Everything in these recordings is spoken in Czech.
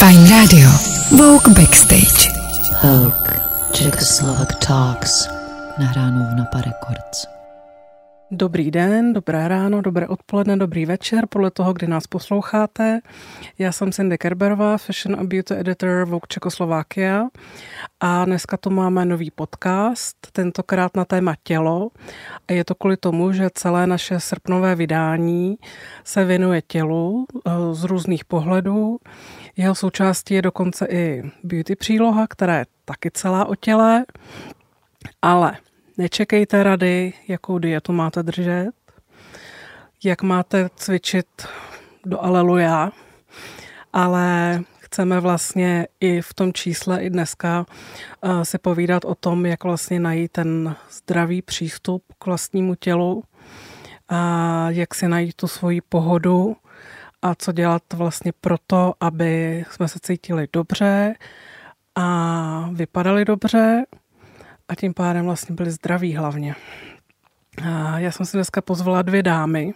Fajn rádio. Vogue Backstage. Vogue Czechoslovak Talks. Nahráno v Napa Records. Dobrý den, dobré ráno, dobré odpoledne, dobrý večer, podle toho, kdy nás posloucháte. Já jsem Cindy Kerberová, Fashion a Beauty Editor Vogue Czechoslovakia a dneska tu máme nový podcast, tentokrát na téma tělo. A je to kvůli tomu, že celé naše srpnové vydání se věnuje tělu z různých pohledů. Jeho součástí je dokonce i beauty příloha, která je taky celá o těle, ale nečekejte rady, jakou dietu máte držet, jak máte cvičit do aleluja, ale chceme vlastně i v tom čísle i dneska si povídat o tom, jak vlastně najít ten zdravý přístup k vlastnímu tělu, a jak si najít tu svoji pohodu a co dělat vlastně proto, aby jsme se cítili dobře a vypadali dobře, a tím pádem vlastně byli zdraví hlavně. Já jsem si dneska pozvala 2 dámy,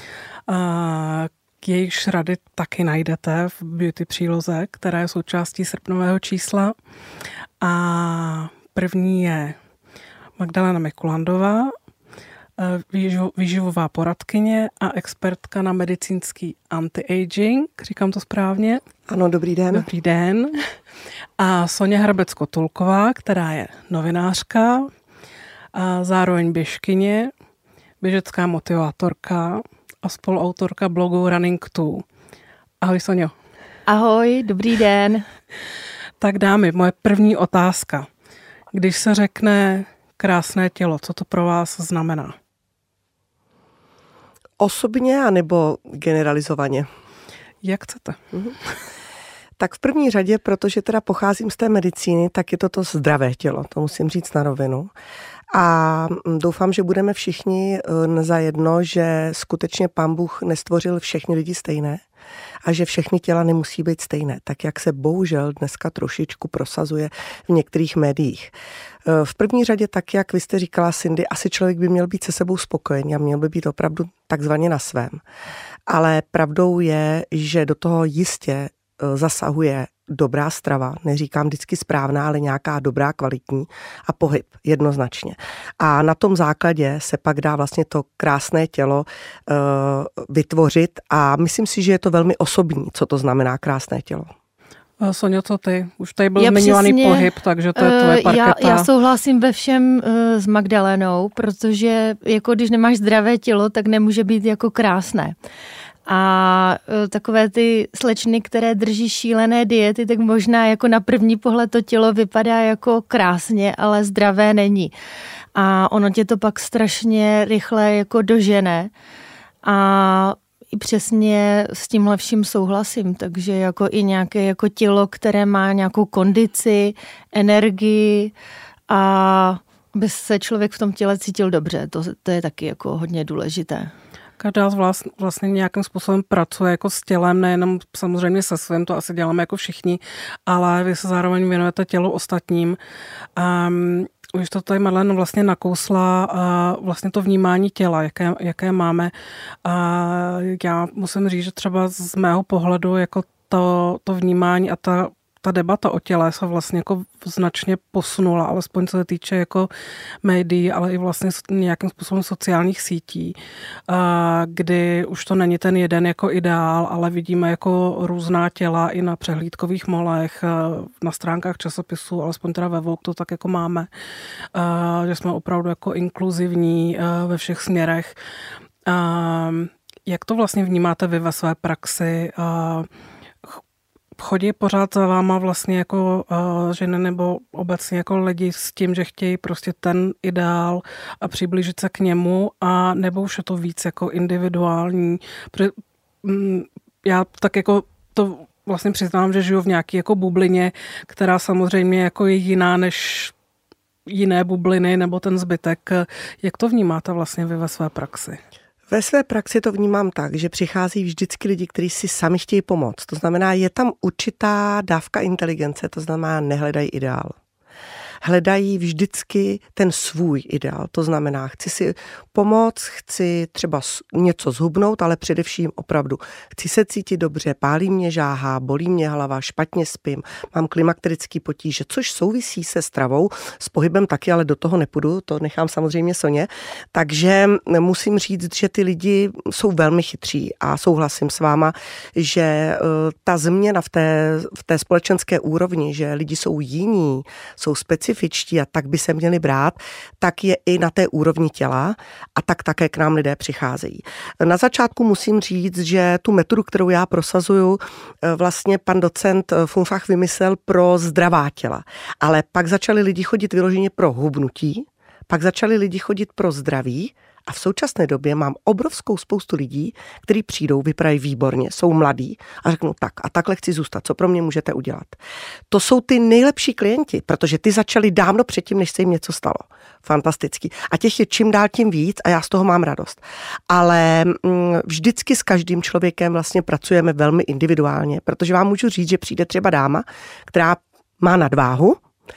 jejichž rady taky najdete v beauty příloze, která je součástí srpnového čísla. A první je Magdalena Mikulandová, výživová poradkyně a expertka na medicínský anti-aging. Říkám to správně? Ano, dobrý den. Dobrý den. A Soňa Hrabec-Kotulková, která je novinářka, a zároveň běžkyně, běžecká motivátorka a spoluautorka blogu Running 2. Ahoj, Soňo. Ahoj, dobrý den. Tak dámy, moje první otázka. Když se řekne krásné tělo, co to pro vás znamená? Osobně anebo generalizovaně? Jak chcete. Tak v první řadě, protože teda pocházím z té medicíny, tak je to zdravé tělo, to musím říct na rovinu. A doufám, že budeme všichni zajedno, že skutečně Pán Bůh nestvořil všechny lidi stejné a že všechny těla nemusí být stejné, tak jak se bohužel dneska trošičku prosazuje v některých médiích. V první řadě, tak jak vy jste říkala, Cindy, asi člověk by měl být se sebou spokojený a měl by být opravdu takzvaně na svém. Ale pravdou je, že do toho jistě zasahuje dobrá strava, neříkám vždycky správná, ale nějaká dobrá, kvalitní a pohyb, jednoznačně. A na tom základě se pak dá vlastně to krásné tělo vytvořit a myslím si, že je to velmi osobní, co to znamená krásné tělo. Soňo, co ty? Už tady byl zmiňovaný pohyb, takže to je tvoje parketa. Já souhlasím ve všem s Magdalenou, protože jako když nemáš zdravé tělo, tak nemůže být jako krásné. A takové ty slečny, které drží šílené diety, tak možná jako na první pohled to tělo vypadá jako krásně, ale zdravé není. A ono tě to pak strašně rychle jako dožene. A i přesně s tímhle vším souhlasím, takže jako i nějaké jako tělo, které má nějakou kondici, energii a aby se člověk v tom těle cítil dobře, to je taky jako hodně důležité. Každá z vás vlastně nějakým způsobem pracuje jako s tělem, nejenom samozřejmě se svým, to asi děláme jako všichni, ale vy se zároveň věnujete tělu ostatním. Už to tady Madeleine vlastně nakousla vlastně to vnímání těla, jaké máme. Já musím říct, že třeba z mého pohledu jako to vnímání a ta debata o těle se vlastně jako značně posunula, alespoň co se týče jako médií, ale i vlastně nějakým způsobem sociálních sítí, kdy už to není ten jeden jako ideál, ale vidíme jako různá těla i na přehlídkových molech, na stránkách časopisů, alespoň teda ve Vogue to tak jako máme, že jsme opravdu jako inkluzivní ve všech směrech. Jak to vlastně vnímáte vy ve své praxi? Chodí pořád za váma vlastně jako ženy nebo obecně jako lidi s tím, že chtějí prostě ten ideál a přiblížit se k němu, a nebo už je to víc jako individuální? Protože já tak jako to vlastně přiznám, že žiju v nějaké jako bublině, která samozřejmě jako je jiná než jiné bubliny nebo ten zbytek. Jak to vnímáte vlastně vy ve své praxi? Ve své praxi to vnímám tak, že přichází vždycky lidi, kteří si sami chtějí pomoct. To znamená, je tam určitá dávka inteligence, to znamená, nehledají ideál. hledají vždycky ten svůj ideál. To znamená, chci si pomoct, chci třeba něco zhubnout, ale především opravdu chci se cítit dobře, pálí mě žáha, bolí mě hlava, špatně spím, mám klimakterický potíže, což souvisí se stravou, s pohybem taky, ale do toho nepůjdu, to nechám samozřejmě Soně. Takže musím říct, že ty lidi jsou velmi chytří a souhlasím s váma, že ta změna v té společenské úrovni, že lidi jsou jiní, jsou specifičtí a tak by se měli brát, tak je i na té úrovni těla a tak také k nám lidé přicházejí. Na začátku musím říct, že tu metodu, kterou já prosazuju, vlastně pan docent Funfach vymyslel pro zdravá těla. Ale pak začali lidi chodit vyloženě pro hubnutí, pak začali lidi chodit pro zdraví a v současné době mám obrovskou spoustu lidí, kteří přijdou, vypadají výborně, jsou mladí a řeknou tak a takhle chci zůstat, co pro mě můžete udělat. To jsou ty nejlepší klienti, protože ty začali dávno předtím, než se jim něco stalo. Fantastický. A těch je čím dál tím víc a já z toho mám radost. Ale vždycky s každým člověkem vlastně pracujeme velmi individuálně, protože vám můžu říct, že přijde třeba dáma, která má nadváhu,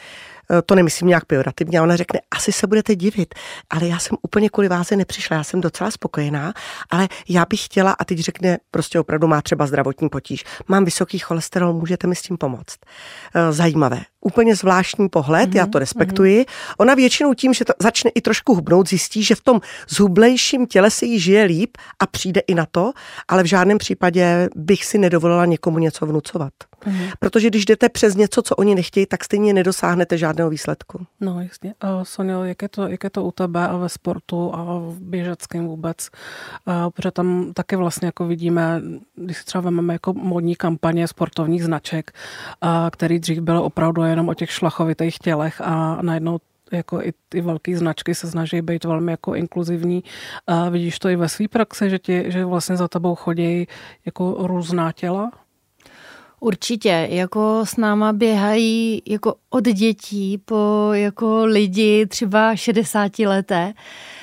to nemyslím nějak pejorativně, a ona řekne, asi se budete divit, ale já jsem úplně kvůli váze nepřišla, já jsem docela spokojená, ale já bych chtěla, a teď řekne, prostě opravdu má třeba zdravotní potíž, mám vysoký cholesterol, můžete mi s tím pomoct. Zajímavé. Úplně zvláštní pohled, já to respektuji. Ona většinou tím, že to začne i trošku hubnout, zjistí, že v tom zhublejším těle se jí žije líp a přijde i na to, ale v žádném případě bych si nedovolila někomu něco vnucovat. Protože když jdete přes něco, co oni nechtějí, tak stejně nedosáhnete žádného výsledku. No jasně. Sonio, jak je to u tebe a ve sportu a v běžeckém vůbec? Protože tam taky vlastně jako vidíme, když si třeba vezmeme jako módní kampaně sportovních značek, který dřív byly opravdu jenom o těch šlachovitých tělech a najednou jako i ty velké značky se snaží být velmi jako inkluzivní. Vidíš to i ve své praxi, že vlastně za tebou chodí jako různá těla? Určitě, jako s náma běhají jako od dětí po jako lidi třeba 60 leté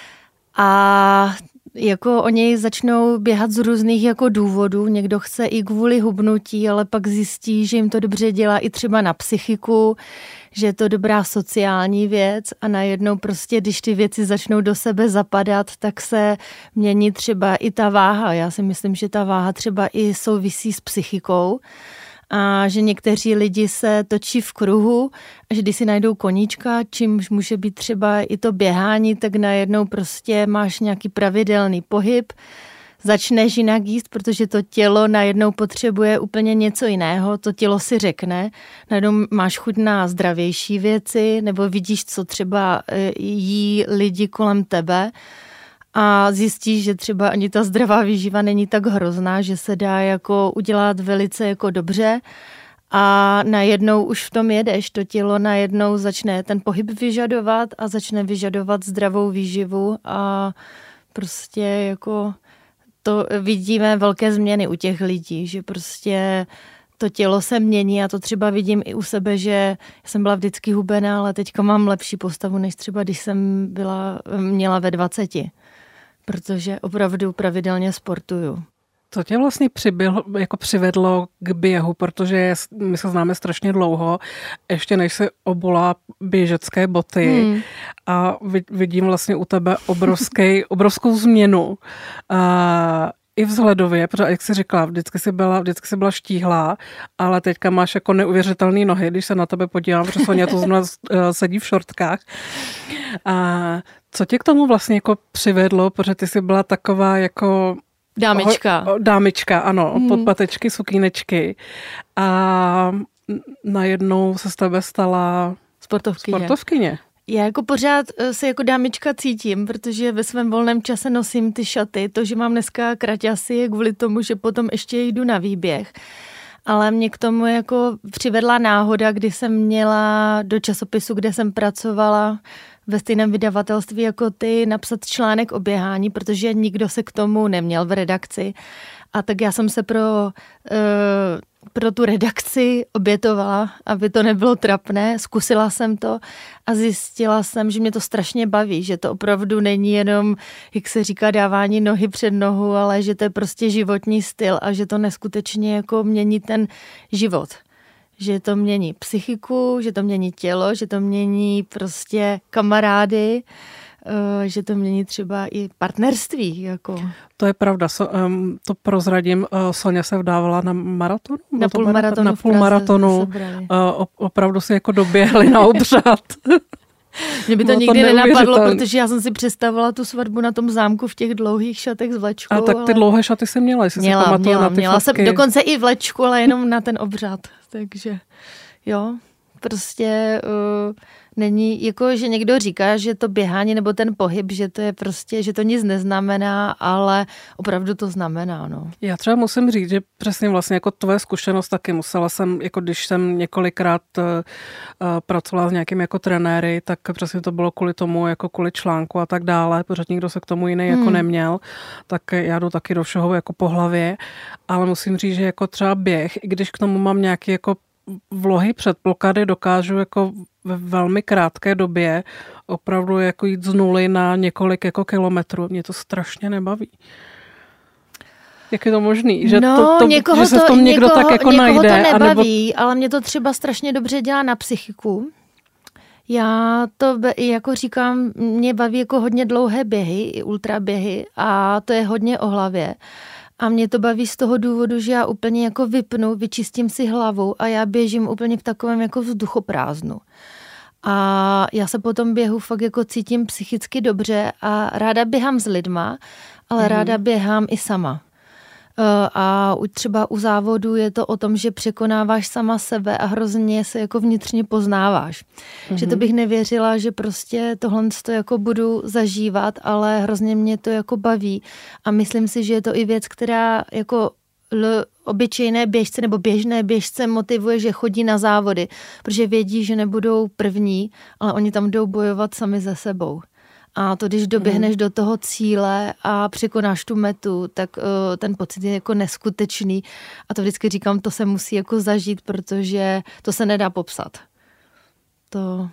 a jako oni začnou běhat z různých jako důvodů, někdo chce i kvůli hubnutí, ale pak zjistí, že jim to dobře dělá i třeba na psychiku, že je to dobrá sociální věc a najednou prostě, když ty věci začnou do sebe zapadat, tak se mění třeba i ta váha. Já si myslím, že ta váha třeba i souvisí s psychikou, a že někteří lidi se točí v kruhu a že když si najdou koníčka, čímž může být třeba i to běhání, tak najednou prostě máš nějaký pravidelný pohyb, začneš jinak jíst, protože to tělo najednou potřebuje úplně něco jiného, to tělo si řekne, najednou máš chuť na zdravější věci nebo vidíš, co třeba jí lidi kolem tebe, a zjistíš, že třeba ani ta zdravá výživa není tak hrozná, že se dá jako udělat velice jako dobře a najednou už v tom jedeš. To tělo najednou začne ten pohyb vyžadovat a začne vyžadovat zdravou výživu a prostě jako to vidíme velké změny u těch lidí, že prostě to tělo se mění a to třeba vidím i u sebe, že jsem byla vždycky hubená, ale teďka mám lepší postavu, než třeba když jsem měla ve 20. Protože opravdu pravidelně sportuju. Co tě vlastně přivedlo k běhu, protože my se známe strašně dlouho, ještě než se obula běžecké boty a vidím vlastně u tebe obrovskou změnu. I vzhledově, protože jak jsi říkala, vždycky jsi byla štíhlá, ale teďka máš jako neuvěřitelné nohy, když se na tebe podívám, protože Sonia to zrovna sedí v šortkách. A co tě k tomu vlastně jako přivedlo, protože ty jsi byla taková jako Dámička, ano, podpatečky, sukínečky. A najednou se z tebe stala sportovkyně. Já jako pořád se jako dámička cítím, protože ve svém volném čase nosím ty šaty. To, že mám dneska kraťasy, je kvůli tomu, že potom ještě jdu na výběh. Ale mě k tomu jako přivedla náhoda, kdy jsem měla do časopisu, kde jsem pracovala ve stejném vydavatelství jako ty, napsat článek o běhání, protože nikdo se k tomu neměl v redakci. A tak já jsem se pro tu redakci obětovala, aby to nebylo trapné. Zkusila jsem to a zjistila jsem, že mě to strašně baví, že to opravdu není jenom, jak se říká, dávání nohy před nohu, ale že to je prostě životní styl a že to neskutečně jako mění ten život. že to mění psychiku, že to mění tělo, že to mění prostě kamarády, že to mění třeba i partnerství. Jako. To je pravda, to prozradím. Soňa se vdávala na maratonu? Na půlmaratonu. Opravdu si jako doběhli na obřad. Mě by to nikdy nenapadlo, protože já jsem si představila tu svatbu na tom zámku v těch dlouhých šatech s vlečkou. A tak ty dlouhé šaty jsi měla, jestli se pamatuju na ty měla fotky. Jsem dokonce i vlečku, ale jenom na ten obřad. Takže jo, prostě není, jako že někdo říká, že to běhání nebo ten pohyb, že to je prostě, že to nic neznamená, ale opravdu to znamená, no. Já třeba musím říct, že přesně vlastně jako tvoje zkušenost taky musela jsem, jako když jsem několikrát pracovala s nějakým jako trenéry, tak přesně to bylo kvůli tomu, jako kvůli článku a tak dále, protože nikdo se k tomu jiný jako neměl, tak já jdu taky do všeho jako po hlavě, ale musím říct, že jako třeba běh, i když k tomu mám nějaký jako vlohy, předpoklady, dokážu jako ve velmi krátké době opravdu jako jít z nuly na několik jako kilometrů. Mě to strašně nebaví. Jak je to možný? Že, že se v tom někdo tak jako najde? Někoho to nebaví, ale mě to třeba strašně dobře dělá na psychiku. Já to jako říkám, mě baví jako hodně dlouhé běhy, i ultraběhy a to je hodně o hlavě. A mě to baví z toho důvodu, že já úplně jako vypnu, vyčistím si hlavu a já běžím úplně v takovém jako vzduchoprázdnu. A já se po tom běhu fakt jako cítím psychicky dobře a ráda běhám s lidma, ale ráda běhám i sama. A třeba u závodu je to o tom, že překonáváš sama sebe a hrozně se jako vnitřně poznáváš. Že to bych nevěřila, že prostě tohle to jako budu zažívat, ale hrozně mě to jako baví. A myslím si, že je to i věc, která jako obyčejné běžce nebo běžné běžce motivuje, že chodí na závody, protože vědí, že nebudou první, ale oni tam jdou bojovat sami ze sebou. A to, když doběhneš do toho cíle a překonáš tu metu, tak ten pocit je jako neskutečný. A to vždycky říkám, to se musí jako zažít, protože to se nedá popsat. To...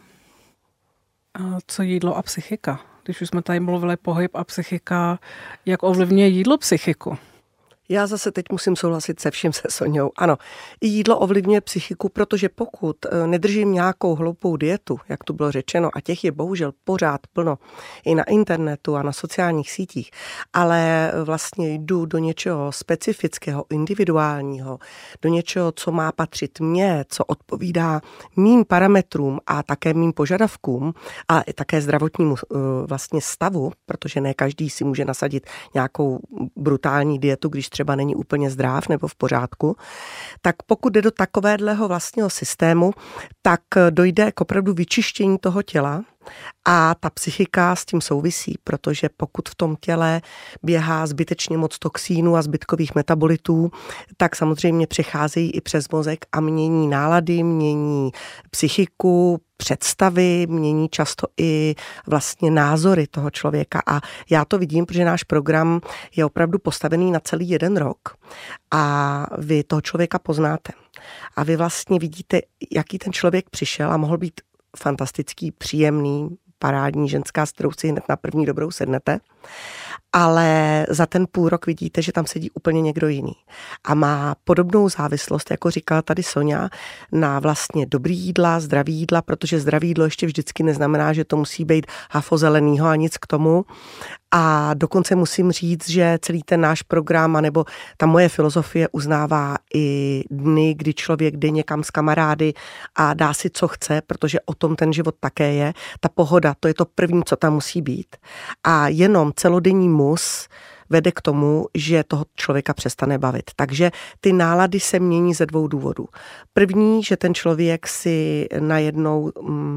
A co jídlo a psychika? Když už jsme tady mluvili pohyb a psychika, jak ovlivňuje jídlo psychiku? Já zase teď musím souhlasit se vším se Soňou. Ano, i jídlo ovlivňuje psychiku, protože pokud nedržím nějakou hloupou dietu, jak tu bylo řečeno, a těch je bohužel pořád plno i na internetu a na sociálních sítích, ale vlastně jdu do něčeho specifického, individuálního, do něčeho, co má patřit mně, co odpovídá mým parametrům a také mým požadavkům a také zdravotnímu vlastně stavu, protože ne každý si může nasadit nějakou brutální dietu, když třeba není úplně zdrav nebo v pořádku, tak pokud jde do takovéhleho vlastního systému, tak dojde k opravdu vyčištění toho těla a ta psychika s tím souvisí, protože pokud v tom těle běhá zbytečně moc toxínů a zbytkových metabolitů, tak samozřejmě přecházejí i přes mozek a mění nálady, mění psychiku, představy, mění často i vlastně názory toho člověka a já to vidím, protože náš program je opravdu postavený na celý 1 rok a vy toho člověka poznáte a vy vlastně vidíte, jaký ten člověk přišel a mohl být fantastický, příjemný, parádní ženská, s kterou si hned na první dobrou sednete, ale za ten půl rok vidíte, že tam sedí úplně někdo jiný a má podobnou závislost, jako říkala tady Soňa, na vlastně dobrý jídla, zdravý jídla, protože zdravý jídlo ještě vždycky neznamená, že to musí být hafo zelenýho a nic k tomu. A dokonce musím říct, že celý ten náš program, nebo ta moje filozofie uznává i dny, kdy člověk jde někam s kamarády a dá si, co chce, protože o tom ten život také je. Ta pohoda, to je to první, co tam musí být. A jenom celodenní mus vede k tomu, že toho člověka přestane bavit. Takže ty nálady se mění ze 2 důvodů. První, že ten člověk si najednou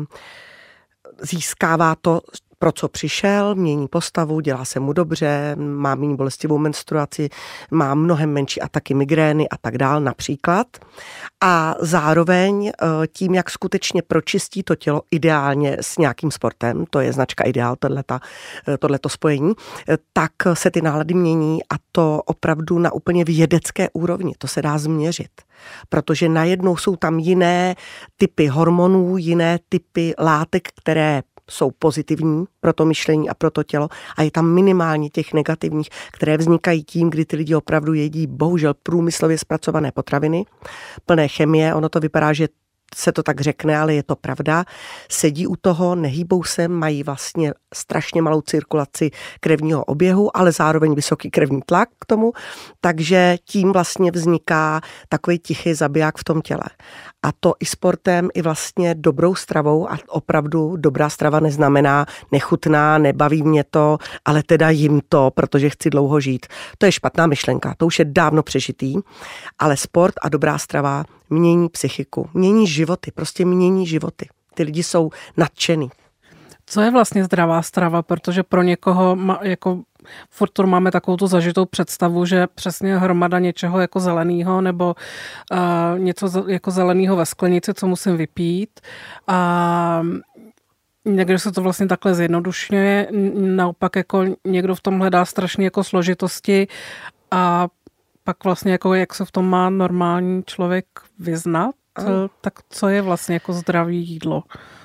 získává to, pro co přišel, mění postavu, dělá se mu dobře, má méně bolestivou menstruaci, má mnohem menší ataky migrény a tak dál například. A zároveň tím, jak skutečně pročistí to tělo ideálně s nějakým sportem, to je značka Ideál, tohleto spojení, tak se ty nálady mění a to opravdu na úplně vědecké úrovni, to se dá změřit. Protože najednou jsou tam jiné typy hormonů, jiné typy látek, které jsou pozitivní pro to myšlení a pro to tělo a je tam minimálně těch negativních, které vznikají tím, kdy ty lidi opravdu jedí bohužel průmyslově zpracované potraviny, plné chemie, ono to vypadá, že se to tak řekne, ale je to pravda. Sedí u toho, nehýbou se, mají vlastně strašně malou cirkulaci krevního oběhu, ale zároveň vysoký krevní tlak k tomu, takže tím vlastně vzniká takový tichý zabiják v tom těle. A to i sportem, i vlastně dobrou stravou a opravdu dobrá strava neznamená nechutná, nebaví mě to, ale teda jim to, protože chci dlouho žít. To je špatná myšlenka, to už je dávno přežitý, ale sport a dobrá strava mění psychiku, mění životy, prostě mění životy. Ty lidi jsou nadšený. Co je vlastně zdravá strava? Protože pro někoho jako furt máme takovou tu zažitou představu, že přesně hromada něčeho jako zeleného nebo něco jako zeleného ve sklenici, co musím vypít. A někdo se to vlastně takhle zjednodušňuje, naopak jako někdo v tom hledá strašně jako složitosti a pak vlastně jako jak se v tom má normální člověk vyznat, tak co je vlastně jako zdravé jídlo?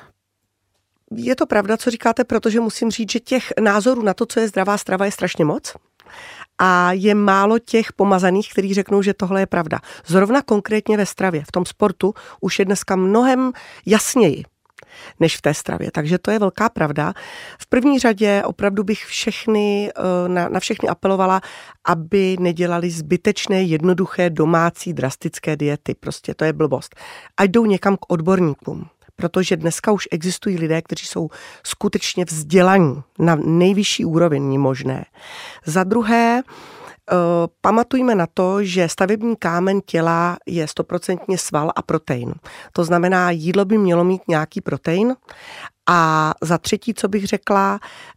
Je to pravda, co říkáte, protože musím říct, že těch názorů na to, co je zdravá strava, je strašně moc. A je málo těch pomazaných, kteří řeknou, že tohle je pravda. Zrovna konkrétně ve stravě, v tom sportu, už je dneska mnohem jasněji než v té stravě. Takže to je velká pravda. V první řadě opravdu bych na všechny apelovala, aby nedělali zbytečné, jednoduché, domácí, drastické diety. Prostě to je blbost. Ať jdou někam k odborníkům. Protože dneska už existují lidé, kteří jsou skutečně vzdělaní na nejvyšší úroveň možné. Za druhé, pamatujme na to, že stavební kámen těla je 100% sval a protein. To znamená, jídlo by mělo mít nějaký protein. A za třetí, co bych řekla,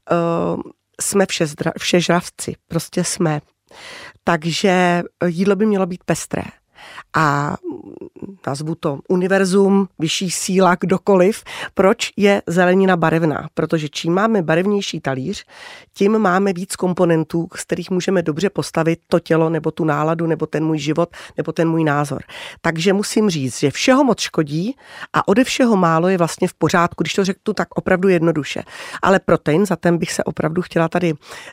jsme všežravci. Prostě jsme. Takže jídlo by mělo být pestré. A nazvu to univerzum, vyšší síla, kdokoliv. Proč je zelenina barevná? Protože čím máme barevnější talíř, tím máme víc komponentů, z kterých můžeme dobře postavit to tělo, nebo tu náladu, nebo ten můj život, nebo ten můj názor. Takže musím říct, že všeho moc škodí a ode všeho málo je vlastně v pořádku, když to řeknu tak opravdu jednoduše. Ale protein, za ten bych se opravdu chtěla tady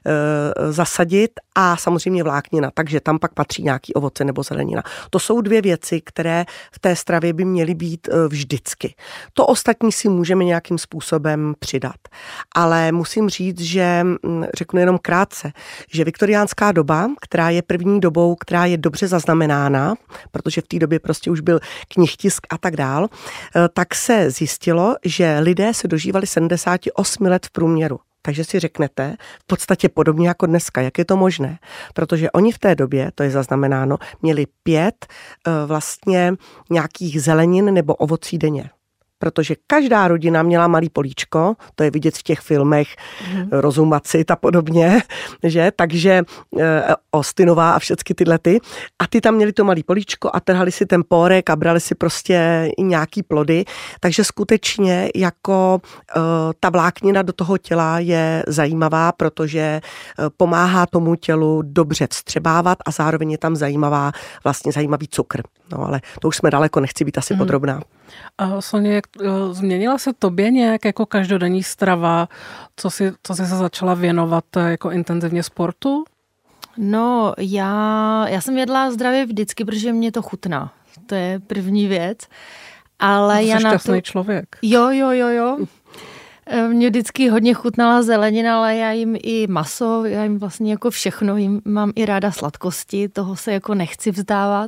zasadit a samozřejmě vláknina, takže tam pak patří nějaký ovoce nebo zelenina. To jsou dvě věci, které v té stravě by měly být vždycky. To ostatní si můžeme nějakým způsobem přidat. Ale musím říct, že řeknu jenom krátce, že viktoriánská doba, která je první dobou, která je dobře zaznamenána, protože v té době prostě už byl knihtisk a tak dál, tak se zjistilo, že lidé se dožívali 78 let v průměru. Takže si řeknete, v podstatě podobně jako dneska, jak je to možné. Protože oni v té době, to je zaznamenáno, měli 5 vlastně nějakých zelenin nebo ovocí denně. Protože každá rodina měla malý políčko, to je vidět v těch filmech Rozumacit a podobně, že? Takže Austinová a všechny tyhle ty. A ty tam měli to malý políčko a trhali si ten pórek a brali si prostě i nějaký plody. Takže skutečně jako ta vláknina do toho těla je zajímavá, protože pomáhá tomu tělu dobře vstřebávat a zároveň je tam zajímavý cukr. No ale to už jsme daleko, nechci být asi podrobná. A Soně, změnila se tobě nějak jako každodenní strava, co jsi se začala věnovat jako intenzivně sportu? No, já jsem jedla zdravě vždycky, protože mě to chutná. To je první věc. Ale jsi šťastný člověk. Jo. Mě vždycky hodně chutnala zelenina, ale já jim i maso, já jim vlastně jako všechno, mám i ráda sladkosti, toho se jako nechci vzdávat.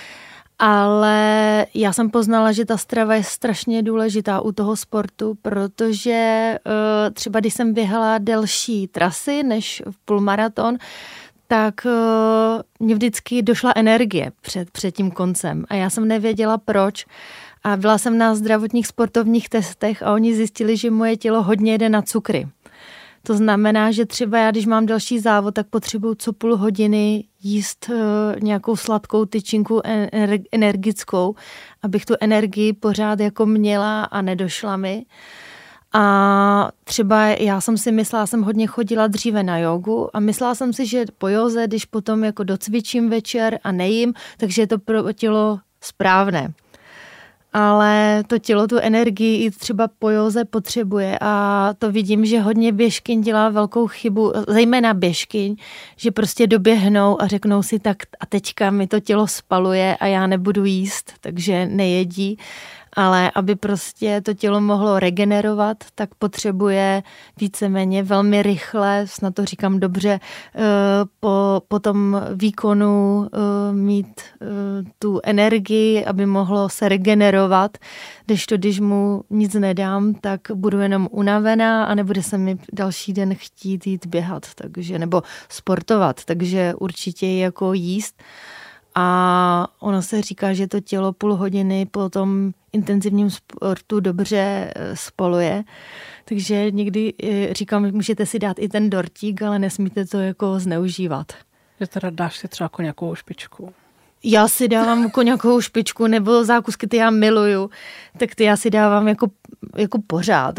Ale já jsem poznala, že ta strava je strašně důležitá u toho sportu, protože třeba když jsem běhala delší trasy než půlmaraton, tak mě vždycky došla energie před tím koncem a já jsem nevěděla proč. A byla jsem na zdravotních sportovních testech a oni zjistili, že moje tělo hodně jde na cukry. To znamená, že třeba já, když mám další závod, tak potřebuju co půl hodiny jíst nějakou sladkou tyčinku energickou, abych tu energii pořád jako měla a nedošla mi. A třeba já jsem si myslela, jsem hodně chodila dříve na jogu a myslela jsem si, že po józe, když potom jako docvičím večer a nejím, takže je to pro tělo správné. ale to tělo tu energii i třeba po józe potřebuje a to vidím, že hodně běžkyň dělá velkou chybu, zejména běžkyň, že prostě doběhnou a řeknou si tak a teďka mi to tělo spaluje a já nebudu jíst, takže nejedí. Ale aby prostě to tělo mohlo regenerovat, tak potřebuje víceméně velmi rychle, snad to říkám dobře, po tom výkonu mít tu energii, aby mohlo se regenerovat, když mu nic nedám, tak budu jenom unavená a nebude se mi další den chtít jít běhat, takže, nebo sportovat, takže určitě jako jíst. A ono se říká, že to tělo půl hodiny po tom intenzivním sportu dobře spaluje. Takže někdy říkám, můžete si dát i ten dortík, ale nesmíte to jako zneužívat. Že teda dáš si třeba koňakovou špičku. Já si dávám koňakovou špičku nebo zákusky, ty já miluju, tak ty já si dávám jako pořád,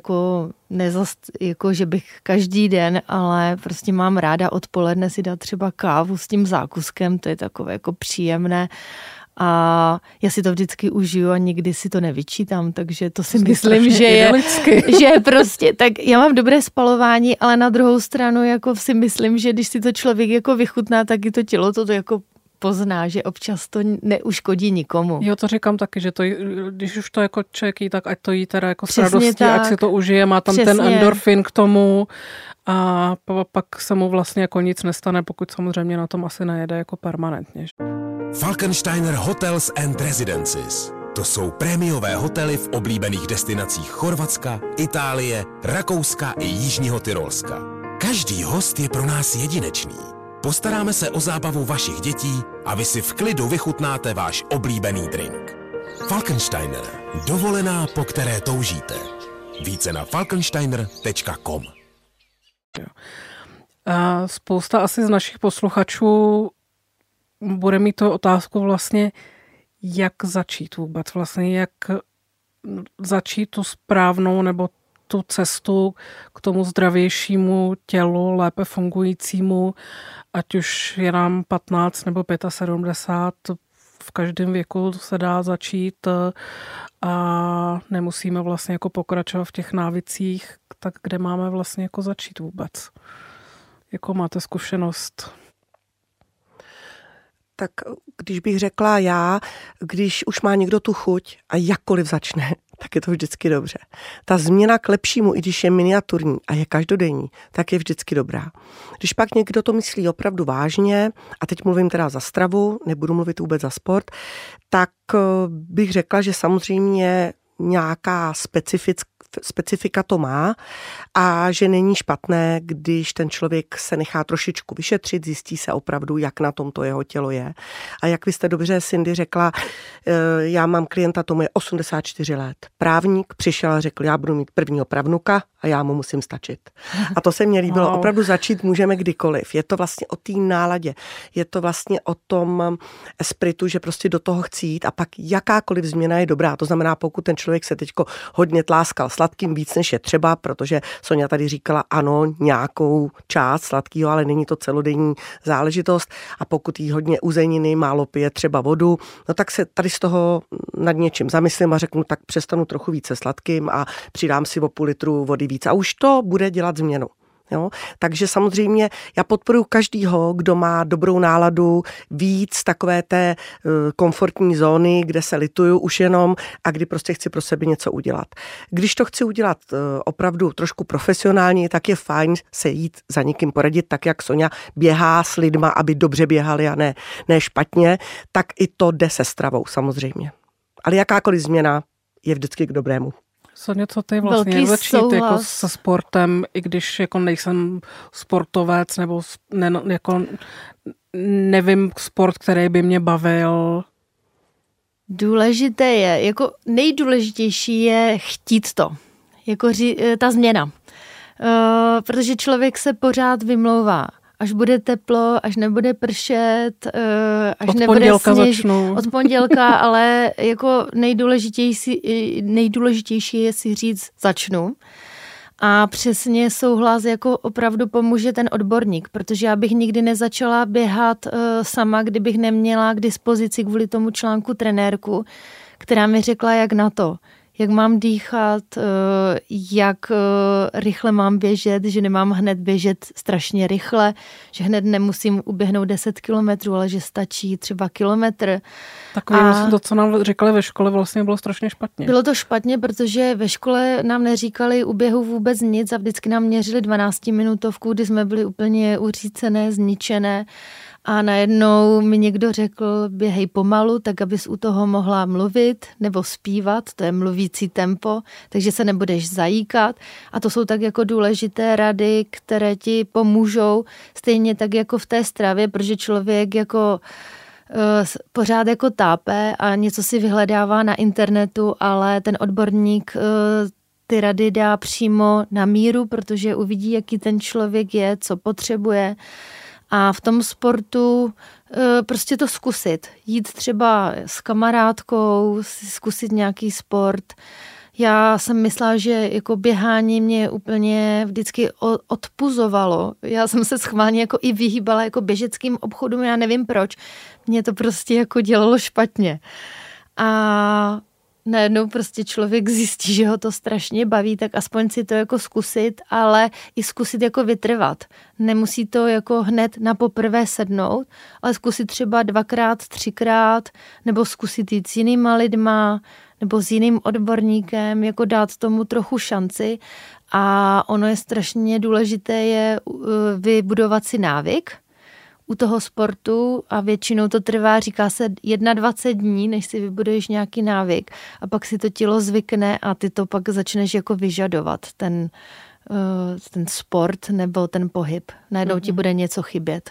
jako že bych každý den, ale prostě mám ráda odpoledne si dát třeba kávu s tím zákuskem, to je takové jako příjemné a já si to vždycky užiju a nikdy si to nevyčítám, takže to si myslím, že prostě, tak já mám dobré spalování, ale na druhou stranu jako si myslím, že když si to člověk jako vychutná, tak i to tělo to jako pozná, že občas to neuškodí nikomu. Jo, to říkám taky, že to, když už to jako člověk jí, tak ať to jí teda jako s radostí, ať si to užije, má tam ten endorfin k tomu a pak se mu vlastně jako nic nestane, pokud samozřejmě na tom asi nejede jako permanentně. Falkensteiner Hotels and Residences. To jsou prémiové hotely v oblíbených destinacích Chorvatska, Itálie, Rakouska i Jižního Tyrolska. Každý host je pro nás jedinečný. Postaráme se o zábavu vašich dětí a vy si v klidu vychutnáte váš oblíbený drink. Falkensteiner. Dovolená, po které toužíte. Více na falkensteiner.com. Spousta asi z našich posluchačů bude mít tu otázku vlastně, jak začít vůbec, vlastně jak začít tu správnou nebo tu cestu k tomu zdravějšímu tělu, lépe fungujícímu, ať už je nám 15 nebo 75, v každém věku se dá začít a nemusíme vlastně jako pokračovat v těch návycích, tak kde máme vlastně jako začít vůbec? Jakou máte zkušenost? Tak když bych řekla já, když už má někdo tu chuť a jakkoliv začne, tak je to vždycky dobře. Ta změna k lepšímu, i když je miniaturní a je každodenní, tak je vždycky dobrá. Když pak někdo to myslí opravdu vážně, a teď mluvím teda za stravu, nebudu mluvit vůbec za sport, tak bych řekla, že samozřejmě nějaká specifika to má a že není špatné, když ten člověk se nechá trošičku vyšetřit, zjistí se opravdu, jak na tom to jeho tělo je. A jak vy jste dobře, Cindy, řekla, já mám klienta, tomu je 84 let. Právník přišel a řekl, já budu mít prvního pravnuka a já mu musím stačit. A to se mně líbilo. Opravdu začít můžeme kdykoliv. Je to vlastně o té náladě. Je to vlastně o tom espiritu, že prostě do toho chci jít a pak jakákoliv změna je dobrá. To znamená, pokud ten člověk se teďko hodně tláskal sladkým víc, než je třeba, protože Sonja tady říkala, ano, nějakou část sladkého, ale není to celodenní záležitost. A pokud jí hodně uzeniny, málo pije třeba vodu, no tak se tady z toho nad něčím zamyslím a řeknu, tak přestanu trochu více sladkým a přidám si o půl litru vody víc. A už to bude dělat změnu. Jo? Takže samozřejmě já podporuji každýho, kdo má dobrou náladu, víc takové té komfortní zóny, kde se lituju už jenom a kdy prostě chci pro sebe něco udělat. Když to chci udělat opravdu trošku profesionálně, tak je fajn se jít za někým poradit, tak jak Sonja běhá s lidma, aby dobře běhali a ne špatně, tak i to jde se stravou samozřejmě. Ale jakákoliv změna je vždycky k dobrému. Sonja, co ty vlastně začít jako se sportem, i když jako nejsem sportovec nebo jako nevím sport, který by mě bavil? Důležité je, jako nejdůležitější je chtít to, jako ta změna. Protože člověk se pořád vymlouvá. Až bude teplo, až nebude pršet, až nebude sněž. Od pondělka, ale jako nejdůležitější je si říct začnu. A přesně souhlas jako opravdu pomůže ten odborník, protože já bych nikdy nezačala běhat sama, kdybych neměla k dispozici kvůli tomu článku trenérku, která mi řekla, jak na to. Jak mám dýchat, jak rychle mám běžet, že nemám hned běžet strašně rychle, že hned nemusím uběhnout 10 kilometrů, ale že stačí třeba kilometr. Takové to, co nám říkali ve škole, vlastně bylo strašně špatně. Bylo to špatně, protože ve škole nám neříkali u běhu vůbec nic a vždycky nám měřili 12minutovku, kdy jsme byli úplně uřícené, zničené. A najednou mi někdo řekl, běhej pomalu, tak abys u toho mohla mluvit nebo zpívat, to je mluvící tempo, takže se nebudeš zajíkat. A to jsou tak jako důležité rady, které ti pomůžou, stejně tak jako v té stravě, protože člověk jako pořád jako tápe a něco si vyhledává na internetu, ale ten odborník ty rady dá přímo na míru, protože uvidí, jaký ten člověk je, co potřebuje. A v tom sportu prostě to zkusit. Jít třeba s kamarádkou, zkusit nějaký sport. Já jsem myslela, že jako běhání mě úplně vždycky odpuzovalo. Já jsem se schválně jako i vyhýbala jako běžeckým obchodům, já nevím proč. Mě to prostě jako dělalo špatně. A najednou prostě člověk zjistí, že ho to strašně baví, tak aspoň si to jako zkusit, ale i zkusit jako vytrvat. Nemusí to jako hned na poprvé sednout, ale zkusit třeba 2x, 3x, nebo zkusit jít s jinýma lidma, nebo s jiným odborníkem, jako dát tomu trochu šanci. A ono je strašně důležité je vybudovat si návyk u toho sportu a většinou to trvá, říká se 21 dní, než si vybuduješ nějaký návyk a pak si to tělo zvykne a ty to pak začneš jako vyžadovat, ten sport nebo ten pohyb. Najednou ti bude něco chybět.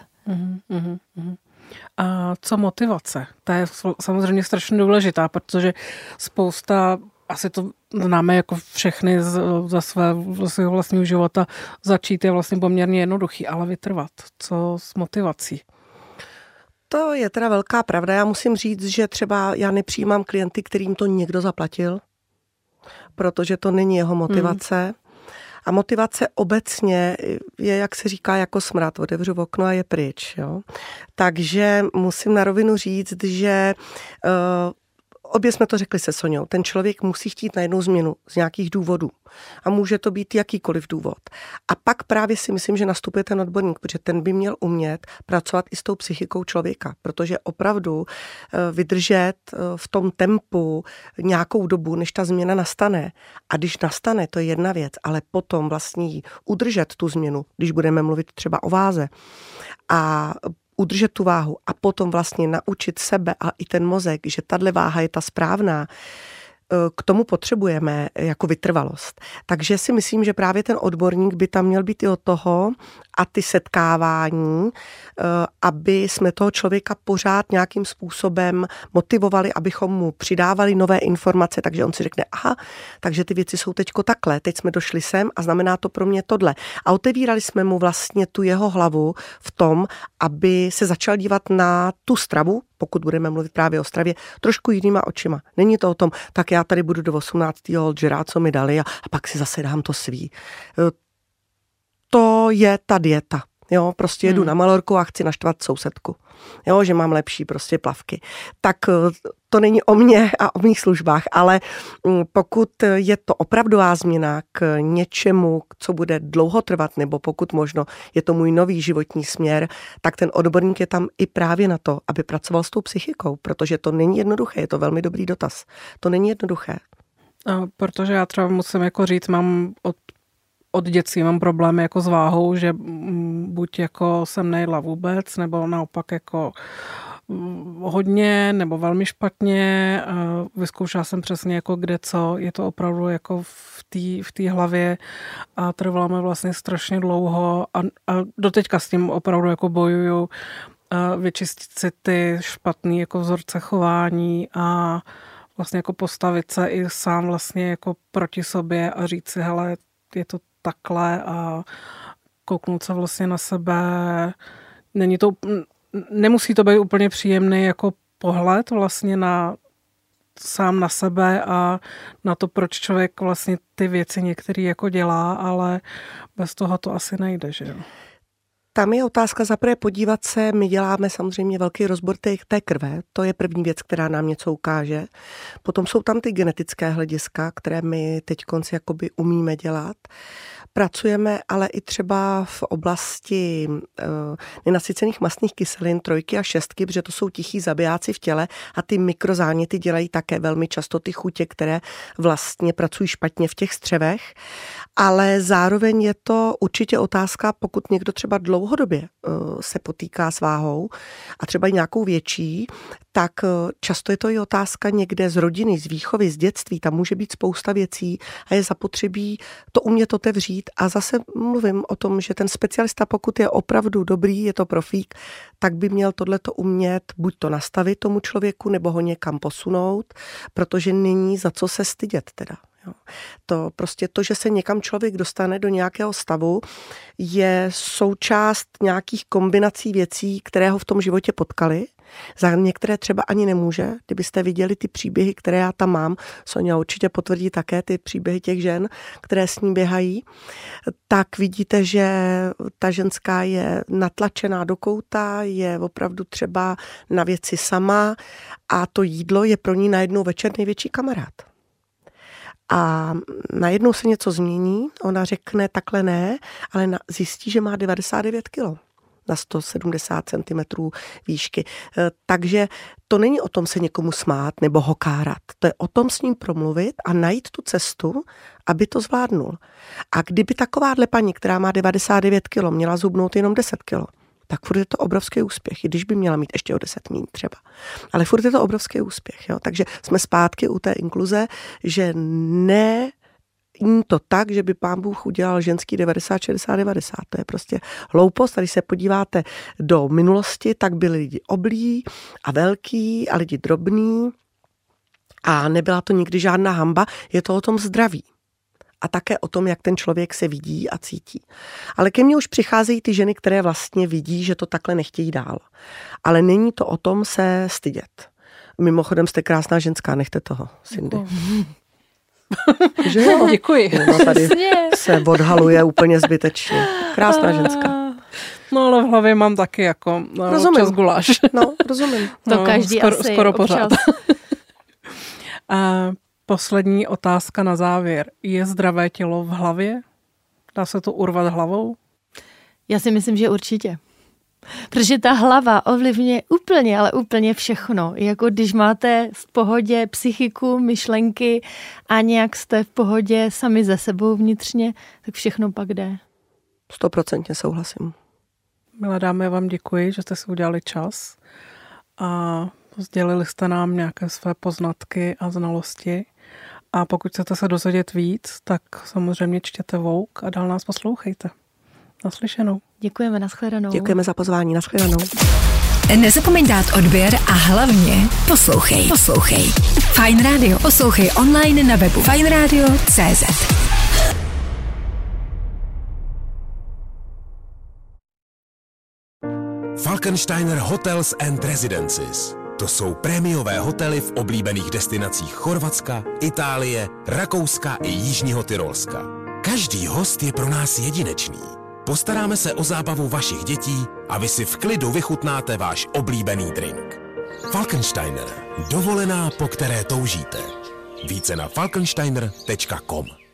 A co motivace? To je samozřejmě strašně důležitá, protože spousta, asi to známe jako všechny za svého vlastního života, začít je vlastně poměrně jednoduchý, ale vytrvat. Co s motivací? To je teda velká pravda. Já musím říct, že třeba já nepřijímám klienty, kterým to někdo zaplatil, protože to není jeho motivace. A motivace obecně je, jak se říká, jako smrad. Otevřu okno a je pryč. Jo? Takže musím na rovinu říct, že obě jsme to řekli se Soňou. Ten člověk musí chtít najednou změnu z nějakých důvodů. A může to být jakýkoliv důvod. A pak právě si myslím, že nastupuje ten odborník, protože ten by měl umět pracovat i s tou psychikou člověka. Protože opravdu vydržet v tom tempu nějakou dobu, než ta změna nastane. A když nastane, to je jedna věc, ale potom vlastně udržet tu změnu, když budeme mluvit třeba o váze. A udržet tu váhu a potom vlastně naučit sebe a i ten mozek, že tahle váha je ta správná, k tomu potřebujeme jako vytrvalost. Takže si myslím, že právě ten odborník by tam měl být i od toho a ty setkávání, aby jsme toho člověka pořád nějakým způsobem motivovali, abychom mu přidávali nové informace, takže on si řekne, aha, takže ty věci jsou teďko takhle, teď jsme došli sem a znamená to pro mě tohle. A otevírali jsme mu vlastně tu jeho hlavu v tom, aby se začal dívat na tu stravu, pokud budeme mluvit právě o stravě, trošku jinýma očima. Není to o tom, tak já tady budu do 18. žrát, co mi dali a pak si zase dám to svý. To je ta dieta. Jo, prostě jedu na Malorku a chci naštvat sousedku. Jo, že mám lepší prostě plavky. Tak to není o mně a o mých službách, ale pokud je to opravdová změna k něčemu, co bude dlouho trvat, nebo pokud možno je to můj nový životní směr, tak ten odborník je tam i právě na to, aby pracoval s tou psychikou, protože to není jednoduché, je to velmi dobrý dotaz. To není jednoduché. Protože já třeba musím jako říct, mám od dětství mám problémy jako s váhou, že buď jako jsem nejedla vůbec, nebo naopak jako hodně, nebo velmi špatně. Vyzkoušela jsem přesně jako kde co, je to opravdu jako v té hlavě a trvalo mi vlastně strašně dlouho a doteďka s tím opravdu jako bojuju, vyčistit si ty špatný jako vzorce chování a vlastně jako postavit se i sám vlastně jako proti sobě a říct si, hele, je to takhle a kouknout se vlastně na sebe. Nemusí to být úplně příjemný jako pohled vlastně sám na sebe a na to, proč člověk vlastně ty věci některý jako dělá, ale bez toho to asi nejde, že jo? tam je otázka zaprvé podívat se, my děláme samozřejmě velký rozbor té krve, to je první věc, která nám něco ukáže. Potom jsou tam ty genetické hlediska, které my teď konci jakoby umíme dělat. Pracujeme ale i třeba v oblasti nenasycených mastných kyselin 3 a 6, protože to jsou tichý zabijáci v těle a ty mikrozáněty dělají také velmi často ty chutě, které vlastně pracují špatně v těch střevech. Ale zároveň je to určitě otázka, pokud někdo třeba dlouhodobě se potýká s váhou a třeba i nějakou větší, tak často je to i otázka někde z rodiny, z výchovy, z dětství. Tam může být spousta věcí a je zapotřebí to umět otevřít. A zase mluvím o tom, že ten specialista, pokud je opravdu dobrý, je to profík, tak by měl tohleto umět buď to nastavit tomu člověku, nebo ho někam posunout, protože není za co se stydět teda. To prostě to, že se někam člověk dostane do nějakého stavu, je součást nějakých kombinací věcí, které ho v tom životě potkaly. Za některé třeba ani nemůže. Kdybyste viděli ty příběhy, které já tam mám, Sonja určitě potvrdí také ty příběhy těch žen, které s ní běhají, tak vidíte, že ta ženská je natlačená do kouta, je opravdu třeba na věci sama a to jídlo je pro ní najednou večer největší kamarád. A najednou se něco změní, ona řekne takhle ne, ale zjistí, že má 99 kg na 170 cm výšky. Takže to není o tom se někomu smát nebo ho kárat. To je o tom s ním promluvit a najít tu cestu, aby to zvládnul. A kdyby takováhle paní, která má 99 kg, měla zhubnout jenom 10 kg, tak furt je to obrovský úspěch, i když by měla mít ještě o 10 míň třeba. Ale furt je to obrovský úspěch. Jo? Takže jsme zpátky u té inkluze, že ne to tak, že by pán Bůh udělal ženský 90, 60, 90. To je prostě hloupost. A když se podíváte do minulosti, tak byli lidi oblí a velký a lidi drobní a nebyla to nikdy žádná hanba. Je to o tom zdraví. A také o tom, jak ten člověk se vidí a cítí. Ale ke mně už přicházejí ty ženy, které vlastně vidí, že to takhle nechtějí dál. Ale není to o tom se stydět. Mimochodem jste krásná ženská, nechte toho, Cindy. Že jo? Děkuji. No tady se odhaluje úplně zbytečně. Krásná ženská. No ale v hlavě mám taky jako občas guláš. No, rozumím. To každý asi skoro občas. Pořád. A poslední otázka na závěr. Je zdravé tělo v hlavě? Dá se to urvat hlavou? Já si myslím, že určitě. Protože ta hlava ovlivňuje úplně, ale úplně všechno. Jako když máte v pohodě psychiku, myšlenky a nějak jste v pohodě sami ze sebou vnitřně, tak všechno pak jde. 100% souhlasím. Milé dámy, já vám děkuji, že jste si udělali čas a sdělili jste nám nějaké své poznatky a znalosti. A pokud chcete se dozvědět víc, tak samozřejmě čtěte Vogue a dál nás poslouchejte. Naslyšenou. Děkujeme, nashledanou. Děkujeme za pozvání, nashledanou. Nezapomeň dát odběr a hlavně poslouchej. Fajn Radio. Poslouchej online na webu fajnradio.cz. Falkensteiner Hotels and Residences. To jsou prémiové hotely v oblíbených destinacích Chorvatska, Itálie, Rakouska i Jižního Tyrolska. Každý host je pro nás jedinečný. Postaráme se o zábavu vašich dětí a vy si v klidu vychutnáte váš oblíbený drink. Falkensteiner. Dovolená, po které toužíte. Více na falkensteiner.com.